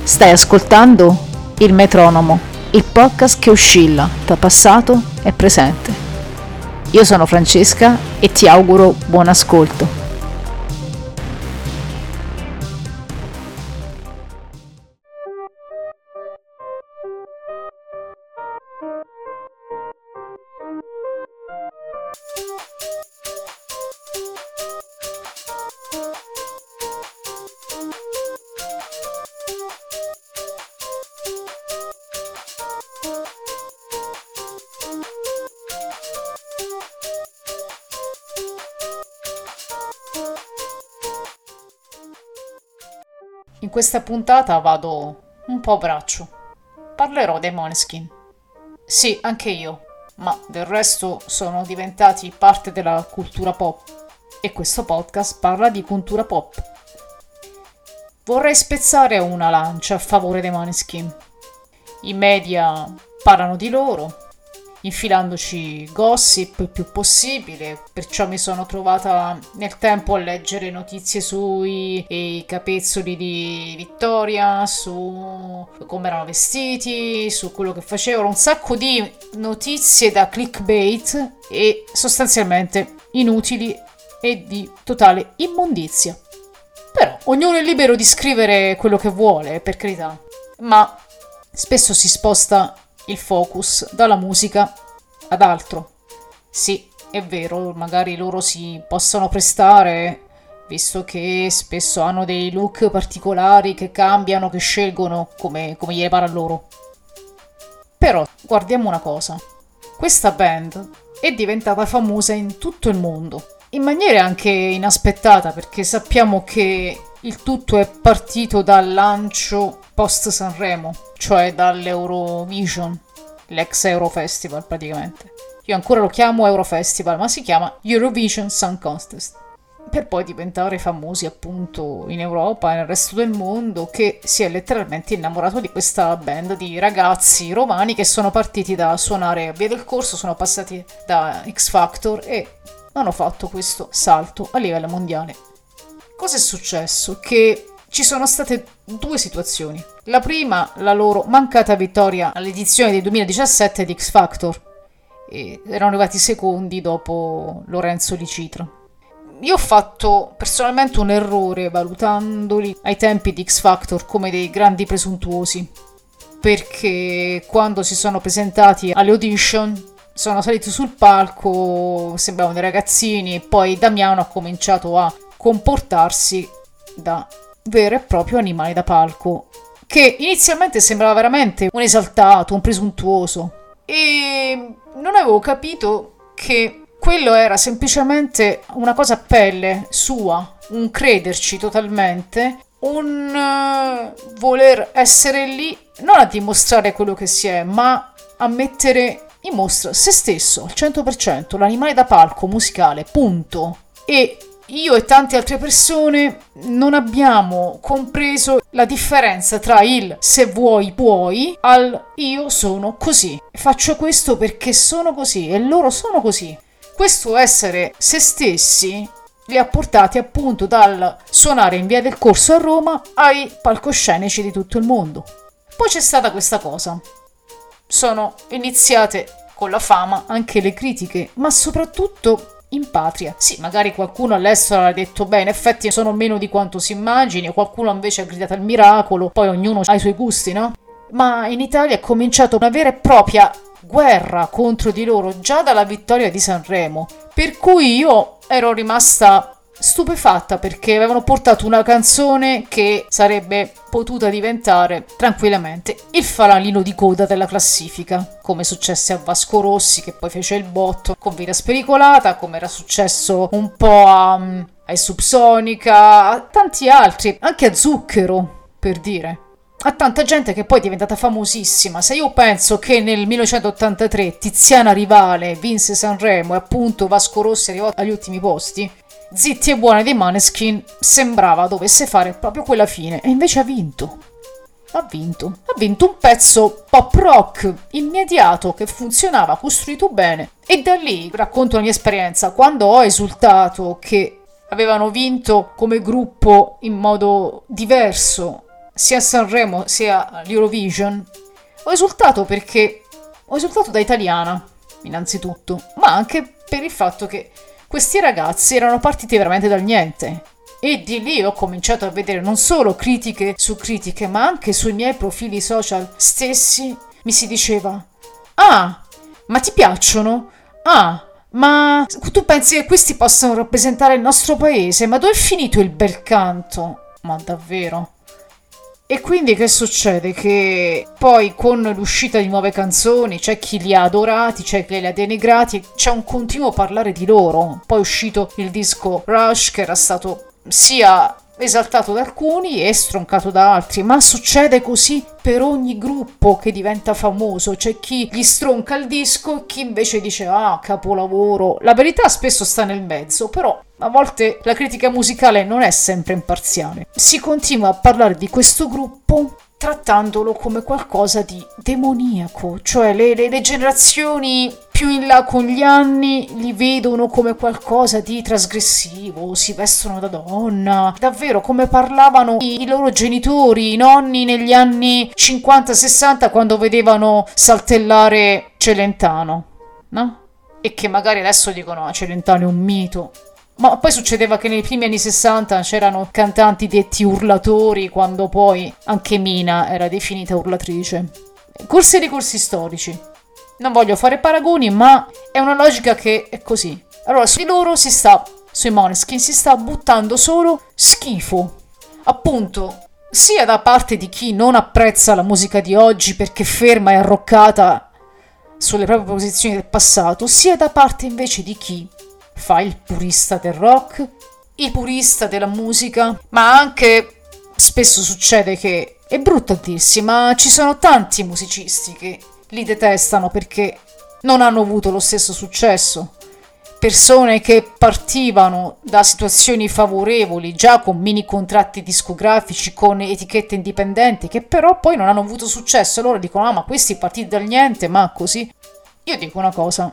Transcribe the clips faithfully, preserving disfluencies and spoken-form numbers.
Stai ascoltando Il Metronomo, il podcast che oscilla tra passato e presente. Io sono Francesca e ti auguro buon ascolto. In questa puntata vado un po' a braccio. Parlerò dei Måneskin. Sì, anche io, ma del resto sono diventati parte della cultura pop e questo podcast parla di cultura pop. Vorrei spezzare una lancia a favore dei Måneskin. I media parlano di loro, infilandoci gossip il più possibile, perciò mi sono trovata nel tempo a leggere notizie sui i capezzoli di Victoria, su come erano vestiti, su quello che facevano, un sacco di notizie da clickbait e sostanzialmente inutili e di totale immondizia. Però ognuno è libero di scrivere quello che vuole, per carità, ma spesso si sposta il focus dalla musica ad altro. Sì, è vero, magari loro si possono prestare, visto che spesso hanno dei look particolari che cambiano, che scelgono come, come gli pare a loro. Però guardiamo una cosa, questa band è diventata famosa in tutto il mondo, in maniera anche inaspettata, perché sappiamo che il tutto è partito dal lancio post Sanremo, cioè dall'Eurovision, l'ex Eurofestival praticamente. Io ancora lo chiamo Eurofestival, ma si chiama Eurovision Song Contest, per poi diventare famosi appunto in Europa e nel resto del mondo, che si è letteralmente innamorato di questa band di ragazzi romani che sono partiti da suonare a Via del Corso, sono passati da X Factor e hanno fatto questo salto a livello mondiale. Cosa è successo? Che ci sono state due situazioni. La prima, la loro mancata vittoria all'edizione del duemiladiciassette di X Factor. E erano arrivati secondi dopo Lorenzo Di Citra. Io ho fatto personalmente un errore valutandoli ai tempi di X Factor come dei grandi presuntuosi, perché quando si sono presentati alle audition sono saliti sul palco, sembravano dei ragazzini, e poi Damiano ha cominciato a comportarsi da vero e proprio animale da palco, che inizialmente sembrava veramente un esaltato, un presuntuoso, e non avevo capito che quello era semplicemente una cosa a pelle sua, un crederci totalmente, un uh, voler essere lì non a dimostrare quello che si è, ma a mettere in mostra se stesso al cento per cento, l'animale da palco musicale, punto. E io e tante altre persone non abbiamo compreso la differenza tra il se vuoi puoi al io sono così, faccio questo perché sono così e loro sono così. Questo essere se stessi li ha portati appunto dal suonare in Via del Corso a Roma ai palcoscenici di tutto il mondo. Poi c'è stata questa cosa, sono iniziate con la fama anche le critiche, ma soprattutto in patria. Sì, magari qualcuno all'estero ha detto beh, in effetti sono meno di quanto si immagini, qualcuno invece ha gridato al miracolo, poi ognuno ha i suoi gusti, no? Ma in Italia è cominciata una vera e propria guerra contro di loro già dalla vittoria di Sanremo, per cui io ero rimasta stupefatta perché avevano portato una canzone che sarebbe potuta diventare tranquillamente il fanalino di coda della classifica, come successe a Vasco Rossi che poi fece il botto con Vita Spericolata, come era successo un po' a, a Subsonica, a tanti altri, anche a Zucchero, per dire. A tanta gente che poi è diventata famosissima. Se io penso che nel millenovecentottantatré Tiziana Rivale vinse Sanremo e appunto Vasco Rossi arrivò agli ultimi posti, Zitti e Buoni dei Måneskin sembrava dovesse fare proprio quella fine, e invece ha vinto. Ha vinto. Ha vinto un pezzo pop rock immediato che funzionava, costruito bene. E da lì racconto la mia esperienza. Quando ho esultato che avevano vinto come gruppo in modo diverso sia a Sanremo sia all'Eurovision, ho esultato perché ho esultato da italiana, innanzitutto, ma anche per il fatto che questi ragazzi erano partiti veramente dal niente. E di lì ho cominciato a vedere non solo critiche su critiche, ma anche sui miei profili social stessi mi si diceva: ah, ma ti piacciono? Ah, ma tu pensi che questi possano rappresentare il nostro paese? Ma dove è finito il bel canto? Ma davvero? E quindi che succede? Che poi con l'uscita di nuove canzoni c'è chi li ha adorati, c'è chi li ha denigrati, c'è un continuo parlare di loro. Poi è uscito il disco Rush, che era stato sia esaltato da alcuni e stroncato da altri, ma succede così per ogni gruppo che diventa famoso. C'è chi gli stronca il disco e chi invece dice ah, capolavoro. La verità spesso sta nel mezzo, però a volte la critica musicale non è sempre imparziale. Si continua a parlare di questo gruppo trattandolo come qualcosa di demoniaco, cioè le, le, le generazioni più in là con gli anni li vedono come qualcosa di trasgressivo, si vestono da donna, davvero come parlavano i, i loro genitori, i nonni negli anni cinquanta sessanta quando vedevano saltellare Celentano, no? E che magari adesso dicono ah, Celentano è un mito. Ma poi succedeva che nei primi anni sessanta c'erano cantanti detti urlatori, quando poi anche Mina era definita urlatrice. Corsi e ricorsi storici. Non voglio fare paragoni, ma è una logica che è così. Allora, su di loro si sta, sui Måneskin, si sta buttando solo schifo. Appunto, sia da parte di chi non apprezza la musica di oggi perché ferma e arroccata sulle proprie posizioni del passato, sia da parte invece di chi fa il purista del rock, il purista della musica, ma anche spesso succede che, è brutto a dirsi, ma ci sono tanti musicisti che li detestano perché non hanno avuto lo stesso successo. Persone che partivano da situazioni favorevoli, già con mini contratti discografici, con etichette indipendenti, che però poi non hanno avuto successo. Loro dicono, ah ma questi partiti dal niente, ma così. Io dico una cosa.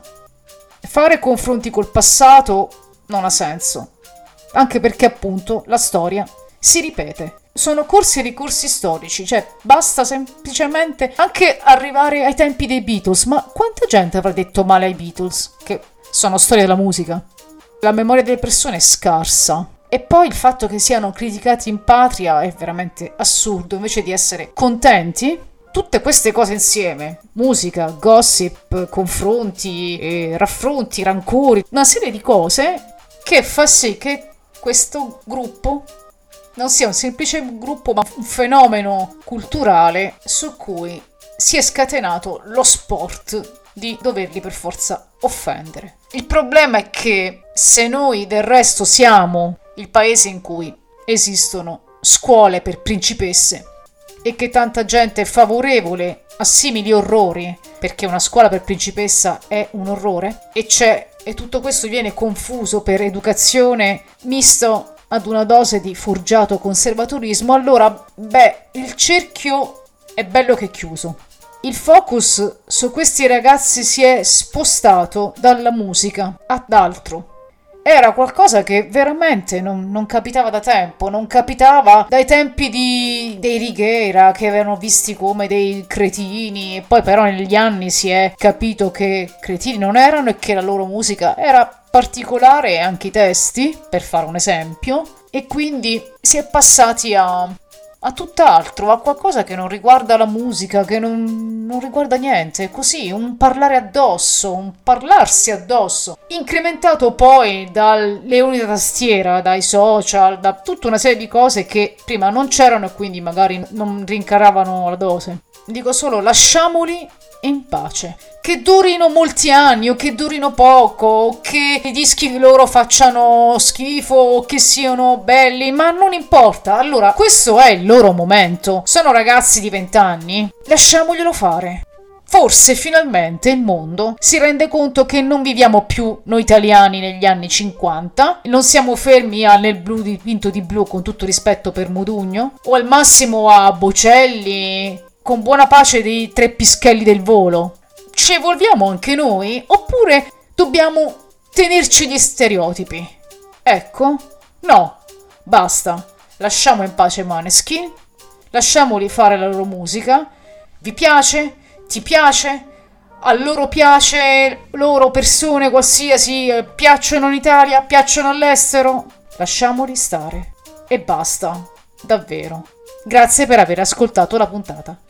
Fare confronti col passato non ha senso, anche perché appunto la storia si ripete. Sono corsi e ricorsi storici, cioè basta semplicemente anche arrivare ai tempi dei Beatles. Ma quanta gente avrà detto male ai Beatles, che sono storia della musica? La memoria delle persone è scarsa. E poi il fatto che siano criticati in patria è veramente assurdo, invece di essere contenti. Tutte queste cose insieme, musica, gossip, confronti, eh, raffronti, rancori, una serie di cose che fa sì che questo gruppo non sia un semplice gruppo ma un fenomeno culturale su cui si è scatenato lo sport di doverli per forza offendere. Il problema è che se noi del resto siamo il paese in cui esistono scuole per principesse e che tanta gente è favorevole a simili orrori, perché una scuola per principessa è un orrore, e c'è, e tutto questo viene confuso per educazione misto ad una dose di forgiato conservatorismo, allora, beh, il cerchio è bello che è chiuso. Il focus su questi ragazzi si è spostato dalla musica ad altro. Era qualcosa che veramente non, non capitava da tempo, non capitava dai tempi di, dei Righiera, che avevano visti come dei cretini, e poi però negli anni si è capito che cretini non erano e che la loro musica era particolare, e anche i testi, per fare un esempio, e quindi si è passati a... a tutt'altro, a qualcosa che non riguarda la musica, che non, non riguarda niente, così, un parlare addosso, un parlarsi addosso, incrementato poi dal leone da tastiera, dai social, da tutta una serie di cose che prima non c'erano e quindi magari non rincaravano la dose. Dico solo, lasciamoli in pace. Che durino molti anni o che durino poco, o che i dischi loro facciano schifo o che siano belli, ma non importa. Allora, questo è il loro momento. Sono ragazzi di vent'anni, lasciamoglielo fare. Forse finalmente il mondo si rende conto che non viviamo più noi italiani negli anni cinquanta, non siamo fermi a nel blu dipinto di blu, con tutto rispetto per Modugno, o al massimo a Bocelli, con buona pace dei tre pischelli del volo. Ci evolviamo anche noi, oppure dobbiamo tenerci gli stereotipi? Ecco, no, basta, lasciamo in pace Måneskin, lasciamoli fare la loro musica. Vi piace? Ti piace? A loro piace, loro persone qualsiasi, eh, piacciono in Italia, piacciono all'estero? Lasciamoli stare. E basta, davvero. Grazie per aver ascoltato la puntata.